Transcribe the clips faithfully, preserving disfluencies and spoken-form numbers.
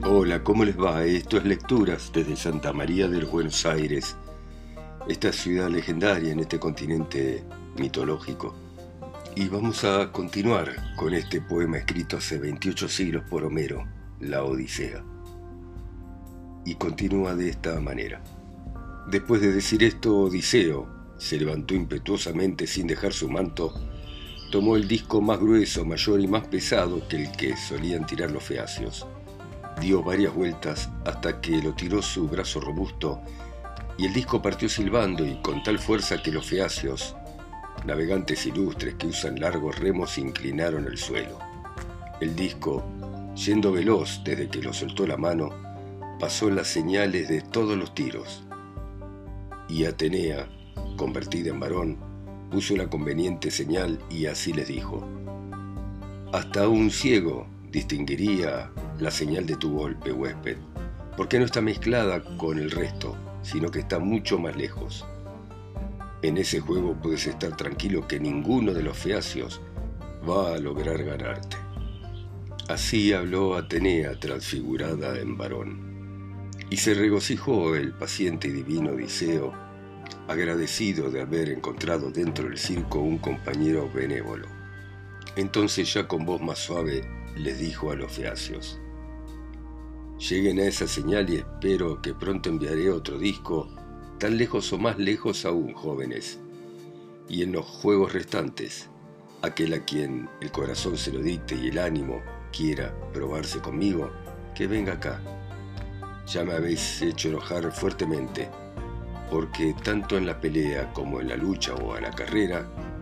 Hola, ¿cómo les va? Esto es Lecturas desde Santa María de los Buenos Aires, esta ciudad legendaria en este continente mitológico. Y vamos a continuar con este poema escrito hace veintiocho siglos por Homero, la Odisea. Y continúa de esta manera. Después de decir esto, Odiseo se levantó impetuosamente sin dejar su manto, tomó el disco más grueso, mayor y más pesado que el que solían tirar los feacios. Dio varias vueltas hasta que lo tiró su brazo robusto y el disco partió silbando y con tal fuerza que los feacios, navegantes ilustres que usan largos remos, se inclinaron al suelo. El disco, yendo veloz desde que lo soltó la mano, pasó las señales de todos los tiros. Y Atenea, convertida en varón, puso la conveniente señal y así les dijo: hasta un ciego distinguiría la señal de tu golpe, huésped, porque no está mezclada con el resto, sino que está mucho más lejos. En ese juego puedes estar tranquilo que ninguno de los feacios va a lograr ganarte. Así habló Atenea transfigurada en varón, y se regocijó el paciente y divino Odiseo, agradecido de haber encontrado dentro del circo un compañero benévolo. Entonces, ya con voz más suave, les dijo a los feacios: lleguen a esa señal y espero que pronto enviaré otro disco, tan lejos o más lejos aún, jóvenes. Y en los juegos restantes, aquel a quien el corazón se lo dicte y el ánimo quiera probarse conmigo, que venga acá. Ya me habéis hecho enojar fuertemente, porque tanto en la pelea como en la lucha o a la carrera,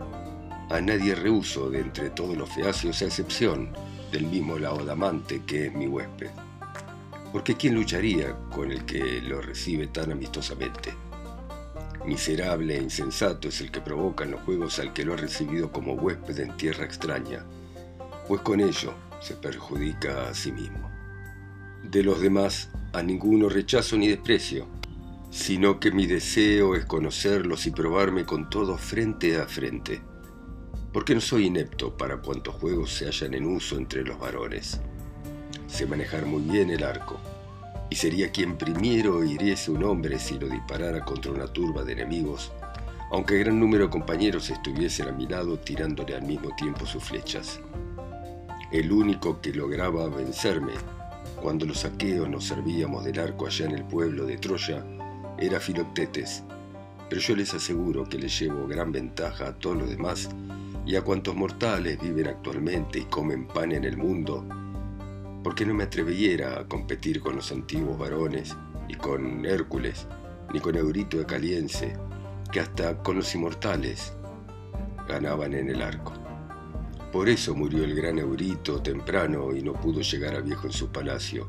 a nadie rehuso de entre todos los feacios, a excepción del mismo Laodamante, que es mi huésped. Porque ¿quién lucharía con el que lo recibe tan amistosamente? Miserable e insensato es el que provoca en los juegos al que lo ha recibido como huésped en tierra extraña, pues con ello se perjudica a sí mismo. De los demás, a ninguno rechazo ni desprecio, sino que mi deseo es conocerlos y probarme con todos frente a frente, porque no soy inepto para cuantos juegos se hallan en uso entre los varones. Sé manejar muy bien el arco, y sería quien primero hiriese un hombre si lo disparara contra una turba de enemigos, aunque gran número de compañeros estuviesen a mi lado tirándole al mismo tiempo sus flechas. El único que lograba vencerme, cuando los aqueos nos servíamos del arco allá en el pueblo de Troya, era Filoctetes, pero yo les aseguro que le llevo gran ventaja a todos los demás y a cuantos mortales viven actualmente y comen pan en el mundo, porque no me atreviera a competir con los antiguos varones, ni con Hércules, ni con Eurito de Caliense, que hasta con los inmortales ganaban en el arco. Por eso murió el gran Eurito temprano y no pudo llegar a viejo en su palacio.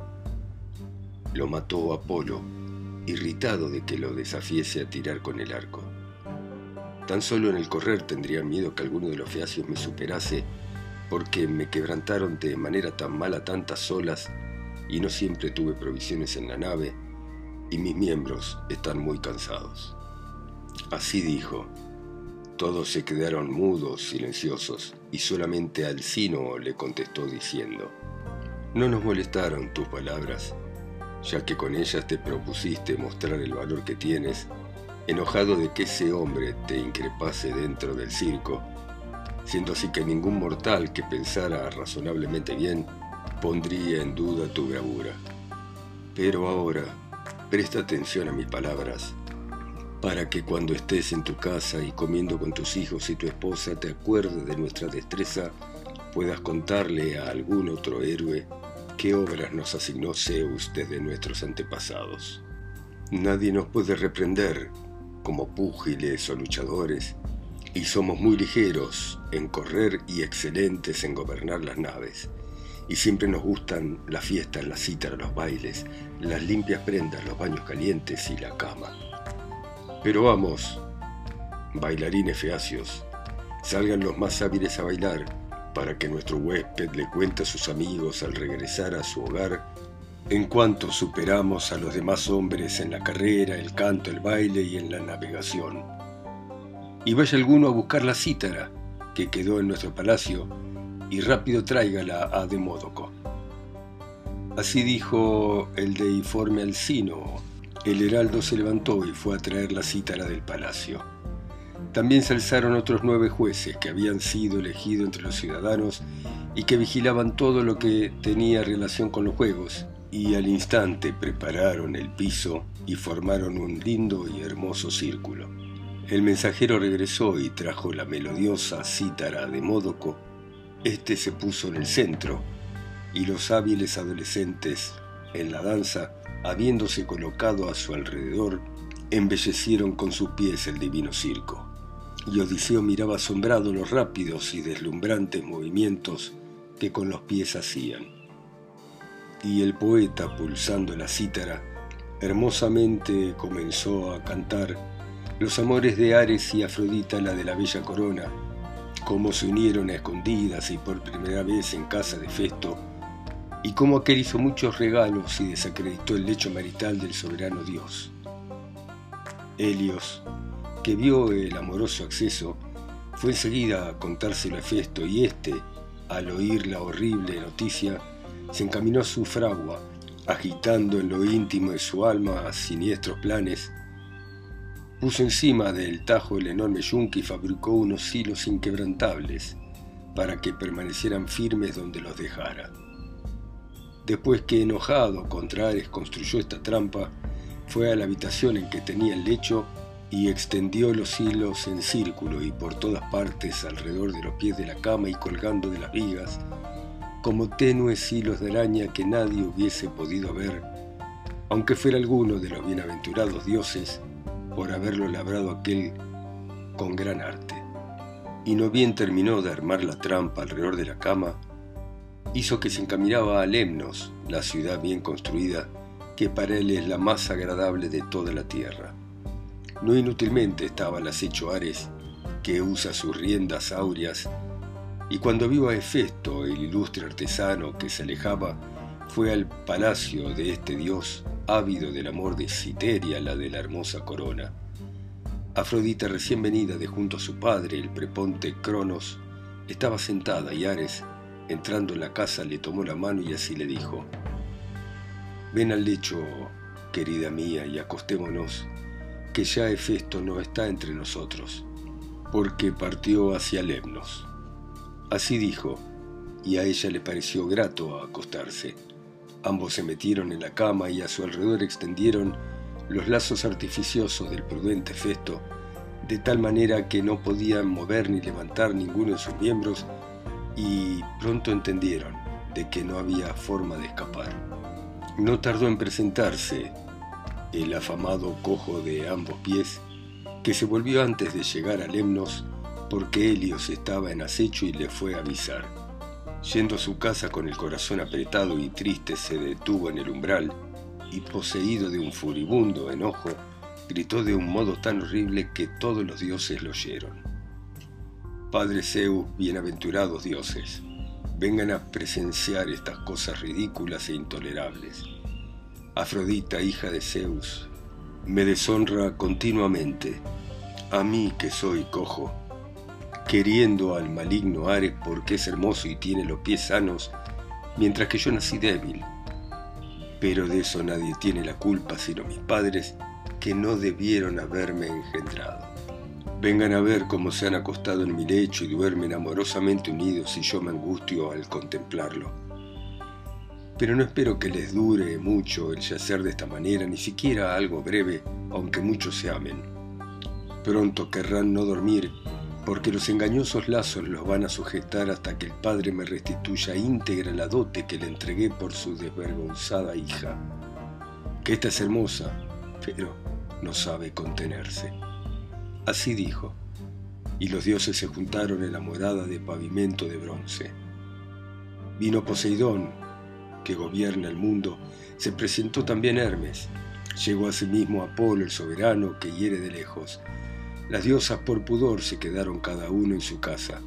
Lo mató Apolo, irritado de que lo desafiese a tirar con el arco. Tan solo en el correr tendría miedo que alguno de los feacios me superase, porque me quebrantaron de manera tan mala tantas olas y no siempre tuve provisiones en la nave, y mis miembros están muy cansados. Así dijo. Todos se quedaron mudos, silenciosos, y solamente Alcino le contestó diciendo: no nos molestaron tus palabras, ya que con ellas te propusiste mostrar el valor que tienes, enojado de que ese hombre te increpase dentro del circo, siendo así que ningún mortal que pensara razonablemente bien pondría en duda tu bravura. Pero ahora, presta atención a mis palabras, para que cuando estés en tu casa y comiendo con tus hijos y tu esposa te acuerdes de nuestra destreza, puedas contarle a algún otro héroe qué obras nos asignó Zeus desde nuestros antepasados. Nadie nos puede reprender como púgiles o luchadores, y somos muy ligeros en correr y excelentes en gobernar las naves, y siempre nos gustan la fiesta, la cítara, los bailes, las limpias prendas, los baños calientes y la cama. Pero vamos, bailarines feacios, salgan los más hábiles a bailar, para que nuestro huésped le cuente a sus amigos al regresar a su hogar en cuanto superamos a los demás hombres en la carrera, el canto, el baile y en la navegación. Y vaya alguno a buscar la cítara que quedó en nuestro palacio y rápido tráigala a Demódoco. Así dijo el deiforme Alcino. El heraldo se levantó y fue a traer la cítara del palacio. También se alzaron otros nueve jueces que habían sido elegidos entre los ciudadanos y que vigilaban todo lo que tenía relación con los juegos, y al instante prepararon el piso y formaron un lindo y hermoso círculo. El mensajero regresó y trajo la melodiosa cítara de Módoco. Este se puso en el centro, y los hábiles adolescentes en la danza, habiéndose colocado a su alrededor, embellecieron con sus pies el divino circo. Y Odiseo miraba asombrado los rápidos y deslumbrantes movimientos que con los pies hacían. Y el poeta, pulsando la cítara, hermosamente comenzó a cantar los amores de Ares y Afrodita, la de la bella corona, cómo se unieron a escondidas y por primera vez en casa de Festo, y cómo aquel hizo muchos regalos y desacreditó el lecho marital del soberano dios. Helios, que vio el amoroso acceso, fue enseguida a contárselo a Festo, y éste, al oír la horrible noticia, se encaminó a su fragua, agitando en lo íntimo de su alma siniestros planes. Puso encima del tajo el enorme yunque y fabricó unos hilos inquebrantables para que permanecieran firmes donde los dejara. Después que, enojado contra Ares, construyó esta trampa, fue a la habitación en que tenía el lecho y extendió los hilos en círculo y por todas partes alrededor de los pies de la cama y colgando de las vigas, como tenues hilos de araña que nadie hubiese podido ver, aunque fuera alguno de los bienaventurados dioses, por haberlo labrado aquel con gran arte. Y no bien terminó de armar la trampa alrededor de la cama, hizo que se encaminaba a Lemnos, la ciudad bien construida, que para él es la más agradable de toda la tierra. No inútilmente estaba al acecho Ares, que usa sus riendas áureas, y cuando vio a Hefesto, el ilustre artesano que se alejaba, fue al palacio de este dios, ávido del amor de Citeria, la de la hermosa corona. Afrodita, recién venida de junto a su padre, el preponte Cronos, estaba sentada, y Ares, entrando en la casa, le tomó la mano y así le dijo: «Ven al lecho, querida mía, y acostémonos, que ya Hefesto no está entre nosotros, porque partió hacia Lemnos». Así dijo, y a ella le pareció grato acostarse. Ambos se metieron en la cama y a su alrededor extendieron los lazos artificiosos del prudente Festo, de tal manera que no podían mover ni levantar ninguno de sus miembros, y pronto entendieron de que no había forma de escapar. No tardó en presentarse el afamado cojo de ambos pies, que se volvió antes de llegar a Lemnos, porque Helios estaba en acecho y le fue a avisar. Yendo a su casa con el corazón apretado y triste, se detuvo en el umbral y, poseído de un furibundo enojo, gritó de un modo tan horrible que todos los dioses lo oyeron: «Padre Zeus, bienaventurados dioses, vengan a presenciar estas cosas ridículas e intolerables. Afrodita, hija de Zeus, me deshonra continuamente, a mí que soy cojo, queriendo al maligno Ares porque es hermoso y tiene los pies sanos, mientras que yo nací débil. Pero de eso nadie tiene la culpa sino mis padres, que no debieron haberme engendrado. Vengan a ver cómo se han acostado en mi lecho y duermen amorosamente unidos, y yo me angustio al contemplarlo. Pero no espero que les dure mucho el yacer de esta manera, ni siquiera algo breve, aunque muchos se amen. Pronto querrán no dormir, porque los engañosos lazos los van a sujetar hasta que el padre me restituya íntegra la dote que le entregué por su desvergonzada hija, que ésta es hermosa, pero no sabe contenerse». Así dijo, y los dioses se juntaron en la morada de pavimento de bronce. Vino Poseidón, que gobierna el mundo, se presentó también Hermes, llegó asimismo Apolo, el soberano, que hiere de lejos. Las diosas por pudor se quedaron cada uno en su casa.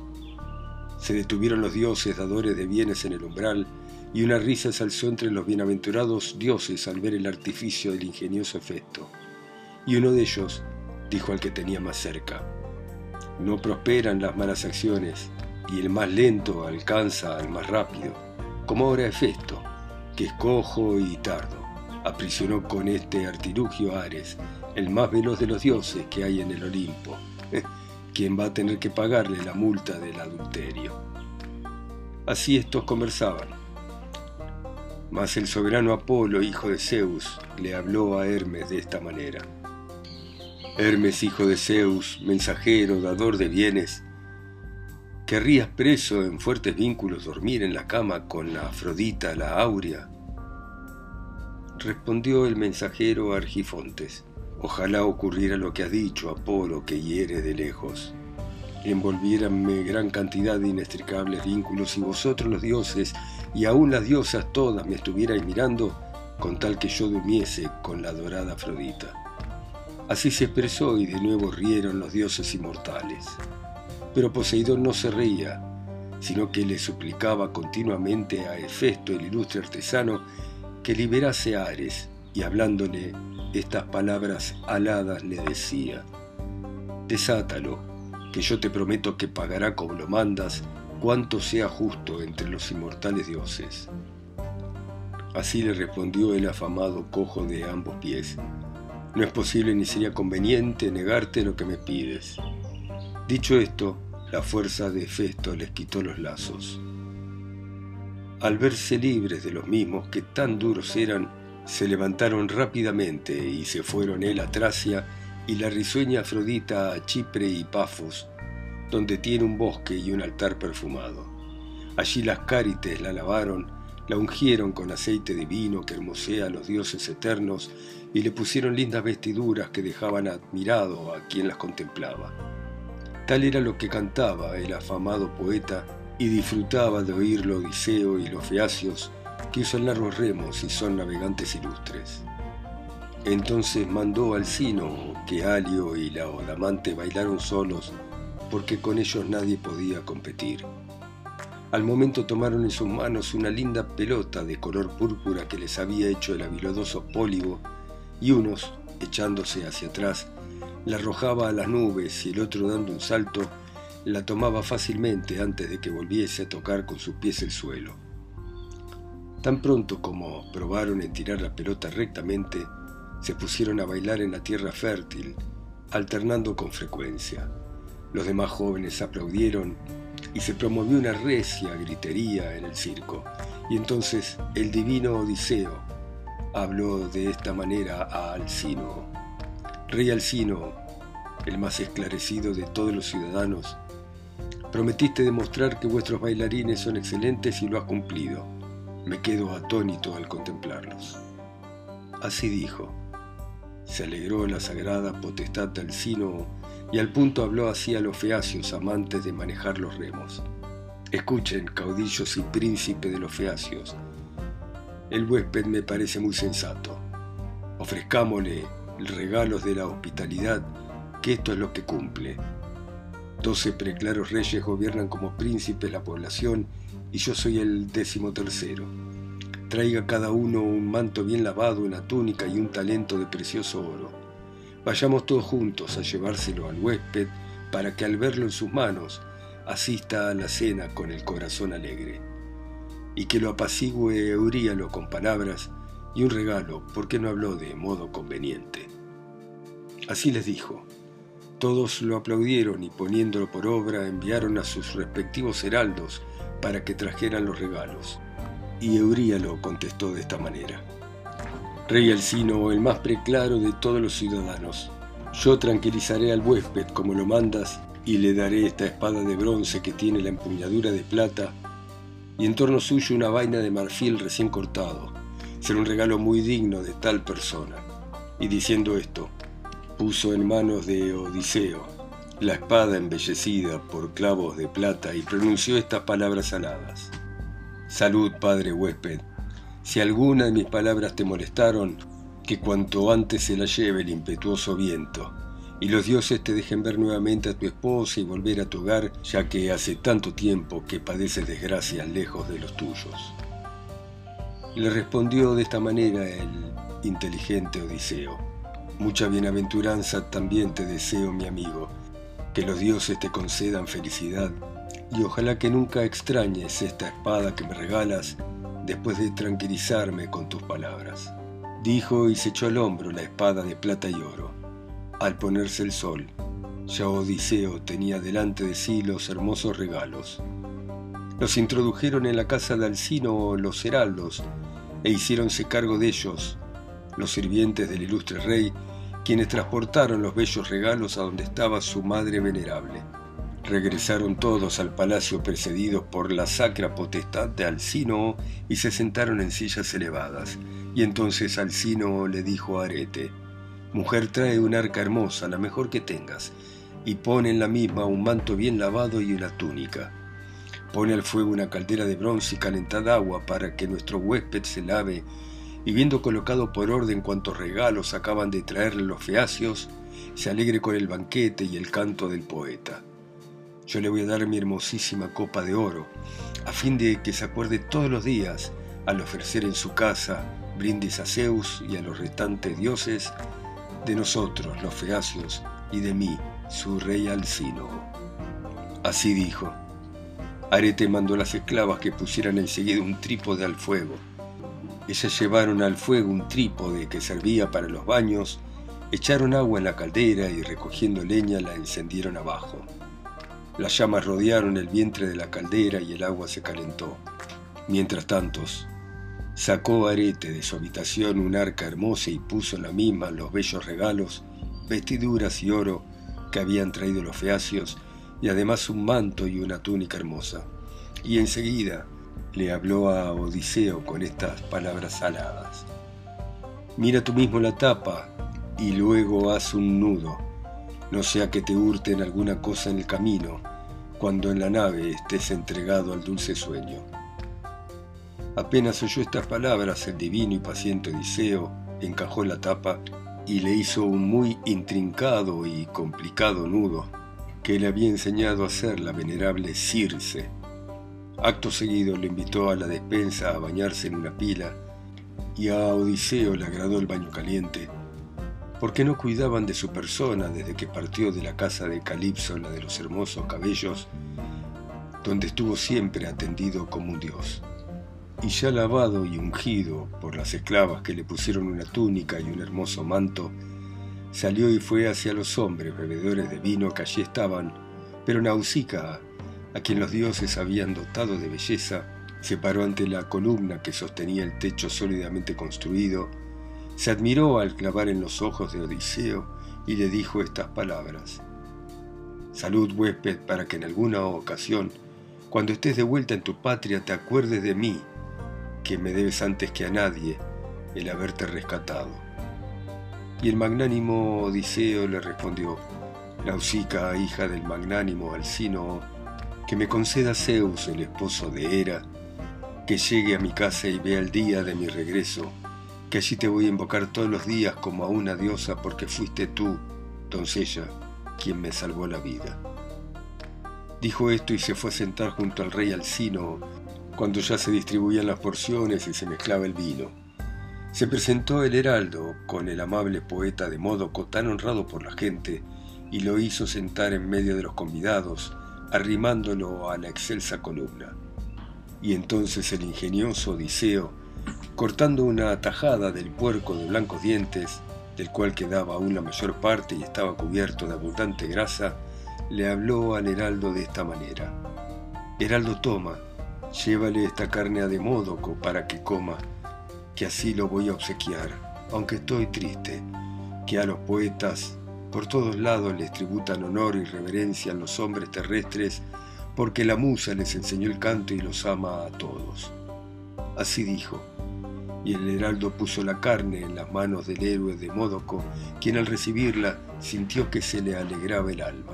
Se detuvieron los dioses dadores de bienes en el umbral, y una risa se alzó entre los bienaventurados dioses al ver el artificio del ingenioso Hefesto. Y uno de ellos dijo al que tenía más cerca: «No prosperan las malas acciones, y el más lento alcanza al más rápido, como ahora Hefesto, que es cojo y tardo. Aprisionó con este artilugio a Ares, el más veloz de los dioses que hay en el Olimpo, quien va a tener que pagarle la multa del adulterio. Así estos conversaban. Mas el soberano Apolo, hijo de Zeus, le habló a Hermes de esta manera. Hermes, hijo de Zeus, mensajero, dador de bienes, ¿querrías preso en fuertes vínculos dormir en la cama con la Afrodita, la áurea? Respondió el mensajero Argifontes. Ojalá ocurriera lo que has dicho, Apolo, que hiere de lejos. Envolviéranme gran cantidad de inextricables vínculos y vosotros los dioses, y aún las diosas todas me estuvierais mirando, con tal que yo durmiese con la dorada Afrodita. Así se expresó y de nuevo rieron los dioses inmortales. Pero Poseidón no se reía, sino que le suplicaba continuamente a Hefesto, el ilustre artesano, que liberase a Ares, y hablándole estas palabras aladas le decía: desátalo, que yo te prometo que pagará como lo mandas cuanto sea justo entre los inmortales dioses. Así le respondió el afamado cojo de ambos pies: no es posible ni sería conveniente negarte lo que me pides. Dicho esto, la fuerza de Hefesto les quitó los lazos. Al verse libres de los mismos, que tan duros eran, se levantaron rápidamente y se fueron él a Tracia y la risueña Afrodita a Chipre y Pafos, donde tiene un bosque y un altar perfumado. Allí las cárites la lavaron, la ungieron con aceite divino que hermosea a los dioses eternos y le pusieron lindas vestiduras que dejaban admirado a quien las contemplaba. Tal era lo que cantaba el afamado poeta y disfrutaba de oírlo Odiseo y los feacios, que usan largos remos y son navegantes ilustres. Entonces mandó al Sino que Alio y la Odamante bailaron solos, porque con ellos nadie podía competir. Al momento tomaron en sus manos una linda pelota de color púrpura que les había hecho el habilidoso Pólibo, y unos, echándose hacia atrás, la arrojaba a las nubes y el otro, dando un salto, la tomaba fácilmente antes de que volviese a tocar con sus pies el suelo. Tan pronto como probaron en tirar la pelota rectamente, se pusieron a bailar en la tierra fértil, alternando con frecuencia. Los demás jóvenes aplaudieron y se promovió una recia gritería en el circo, y entonces el divino Odiseo habló de esta manera a Alcino: Rey Alcino, el más esclarecido de todos los ciudadanos, prometiste demostrar que vuestros bailarines son excelentes y lo has cumplido. Me quedo atónito al contemplarlos. Así dijo. Se alegró la sagrada potestad de Alcino y al punto habló así a los feacios amantes de manejar los remos. Escuchen, caudillos y príncipe de los feacios. El huésped me parece muy sensato. Ofrezcámosle regalos de la hospitalidad, que esto es lo que cumple. Doce preclaros reyes gobiernan como príncipes la población y yo soy el décimo tercero. Traiga cada uno un manto bien lavado, una túnica y un talento de precioso oro. Vayamos todos juntos a llevárselo al huésped para que al verlo en sus manos asista a la cena con el corazón alegre. Y que lo apacigüe Euríalo con palabras y un regalo, porque no habló de modo conveniente. Así les dijo. Todos lo aplaudieron y poniéndolo por obra enviaron a sus respectivos heraldos para que trajeran los regalos. Y Euríalo contestó de esta manera: Rey Alcino, el más preclaro de todos los ciudadanos, yo tranquilizaré al huésped como lo mandas y le daré esta espada de bronce que tiene la empuñadura de plata y en torno suyo una vaina de marfil recién cortado. Será un regalo muy digno de tal persona. Y diciendo esto, puso en manos de Odiseo la espada embellecida por clavos de plata y pronunció estas palabras aladas: Salud, padre huésped. Si alguna de mis palabras te molestaron, que cuanto antes se la lleve el impetuoso viento, y los dioses te dejen ver nuevamente a tu esposa y volver a tu hogar, ya que hace tanto tiempo que padeces desgracias lejos de los tuyos. Le respondió de esta manera el inteligente Odiseo: Mucha bienaventuranza también te deseo, mi amigo, que los dioses te concedan felicidad, y ojalá que nunca extrañes esta espada que me regalas, después de tranquilizarme con tus palabras. Dijo y se echó al hombro la espada de plata y oro. Al ponerse el sol, ya Odiseo tenía delante de sí los hermosos regalos. Los introdujeron en la casa de Alcino los heraldos, e hiciéronse cargo de ellos los sirvientes del ilustre rey, quienes transportaron los bellos regalos a donde estaba su madre venerable. Regresaron todos al palacio precedidos por la sacra potestad de Alcínoo y se sentaron en sillas elevadas. Y entonces Alcínoo le dijo a Arete: «Mujer, trae un arca hermosa, la mejor que tengas, y pon en la misma un manto bien lavado y una túnica. Pone al fuego una caldera de bronce y calentad agua para que nuestro huésped se lave, y viendo colocado por orden cuantos regalos acaban de traerle los feacios, se alegre con el banquete y el canto del poeta. Yo le voy a dar mi hermosísima copa de oro, a fin de que se acuerde todos los días, al ofrecer en su casa brindis a Zeus y a los restantes dioses, de nosotros, los feacios, y de mí, su rey Alcínoo». Así dijo. Arete mandó a las esclavas que pusieran enseguida un trípode al fuego. Ellas llevaron al fuego un trípode que servía para los baños, echaron agua en la caldera y recogiendo leña la encendieron abajo. Las llamas rodearon el vientre de la caldera y el agua se calentó. Mientras tanto, sacó Arete de su habitación un arca hermosa y puso en la misma los bellos regalos, vestiduras y oro que habían traído los feacios, y además un manto y una túnica hermosa. Y enseguida le habló a Odiseo con estas palabras aladas: «Mira tú mismo la tapa y luego haz un nudo, no sea que te hurten alguna cosa en el camino, cuando en la nave estés entregado al dulce sueño». Apenas oyó estas palabras, el divino y paciente Odiseo encajó la tapa y le hizo un muy intrincado y complicado nudo que le había enseñado a hacer la venerable Circe. Acto seguido le invitó a la despensa a bañarse en una pila, y a Odiseo le agradó el baño caliente, porque no cuidaban de su persona desde que partió de la casa de Calipso, la de los hermosos cabellos, donde estuvo siempre atendido como un dios. Y ya lavado y ungido por las esclavas que le pusieron una túnica y un hermoso manto, salió y fue hacia los hombres bebedores de vino que allí estaban, pero Nausicaa, a quien los dioses habían dotado de belleza, se paró ante la columna que sostenía el techo sólidamente construido, se admiró al clavar en los ojos de Odiseo y le dijo estas palabras: «Salud, huésped, para que en alguna ocasión, cuando estés de vuelta en tu patria, te acuerdes de mí, que me debes antes que a nadie el haberte rescatado». Y el magnánimo Odiseo le respondió: «Nausicaa, hija del magnánimo Alcínoo, que me conceda Zeus, el esposo de Hera, que llegue a mi casa y vea el día de mi regreso, que allí te voy a invocar todos los días como a una diosa, porque fuiste tú, doncella, quien me salvó la vida». Dijo esto y se fue a sentar junto al rey Alcínoo, cuando ya se distribuían las porciones y se mezclaba el vino. Se presentó el heraldo con el amable poeta de Módoco, tan honrado por la gente, y lo hizo sentar en medio de los convidados, arrimándolo a la excelsa columna. Y entonces el ingenioso Odiseo, cortando una tajada del puerco de blancos dientes, del cual quedaba aún la mayor parte y estaba cubierto de abundante grasa, le habló al heraldo de esta manera: «Heraldo, toma, llévale esta carne a Demódoco para que coma, que así lo voy a obsequiar, aunque estoy triste, que a los poetas por todos lados les tributan honor y reverencia los hombres terrestres, porque la musa les enseñó el canto y los ama a todos». Así dijo, y el heraldo puso la carne en las manos del héroe Demódoco, quien al recibirla sintió que se le alegraba el alma.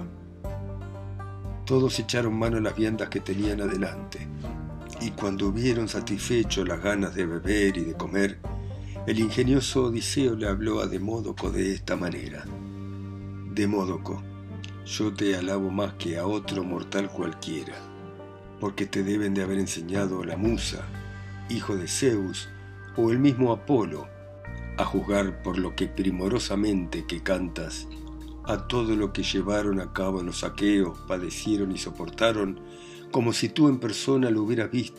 Todos echaron mano a las viandas que tenían adelante, y cuando hubieron satisfecho las ganas de beber y de comer, el ingenioso Odiseo le habló a Demódoco de esta manera: «Demódoco, yo te alabo más que a otro mortal cualquiera, porque te deben de haber enseñado la musa, hijo de Zeus, o el mismo Apolo, a juzgar por lo que primorosamente que cantas, a todo lo que llevaron a cabo los aqueos, padecieron y soportaron, como si tú en persona lo hubieras visto,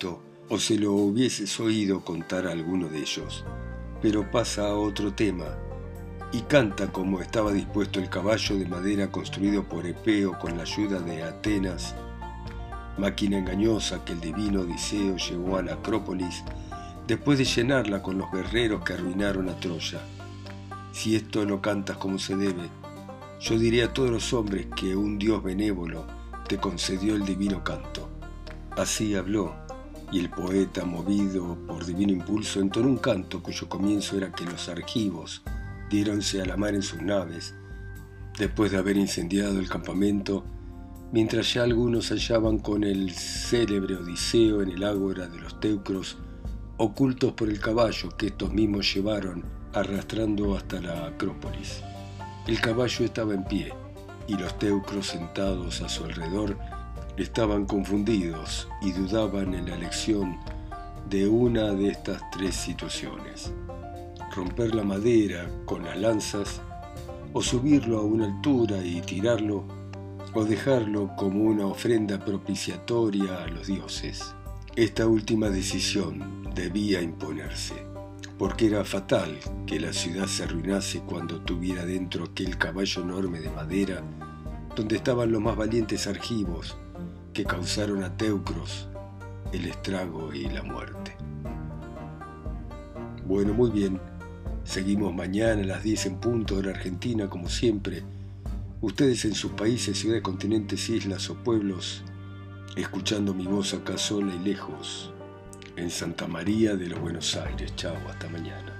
o se lo hubieses oído contar a alguno de ellos. Pero pasa a otro tema, y canta como estaba dispuesto el caballo de madera construido por Epeo con la ayuda de Atenas, máquina engañosa que el divino Odiseo llevó a la Acrópolis después de llenarla con los guerreros que arruinaron a Troya. Si esto no cantas como se debe, yo diré a todos los hombres que un Dios benévolo te concedió el divino canto. Así habló, y el poeta, movido por divino impulso, entonó un canto cuyo comienzo era que los argivos diéronse a la mar en sus naves, después de haber incendiado el campamento, mientras ya algunos hallaban con el célebre Odiseo en el ágora de los teucros, ocultos por el caballo que estos mismos llevaron arrastrando hasta la Acrópolis. El caballo estaba en pie, y los teucros sentados a su alrededor estaban confundidos y dudaban en la elección de una de estas tres situaciones: romper la madera con las lanzas, o subirlo a una altura y tirarlo, o dejarlo como una ofrenda propiciatoria a los dioses. Esta última decisión debía imponerse, porque era fatal que la ciudad se arruinase cuando tuviera dentro aquel caballo enorme de madera, donde estaban los más valientes argivos que causaron a Teucros el estrago y la muerte. Bueno, muy bien. Seguimos mañana a las diez en punto hora Argentina, como siempre. Ustedes en sus países, ciudades, continentes, islas o pueblos, escuchando mi voz acá sola y lejos, en Santa María de los Buenos Aires. Chao, hasta mañana.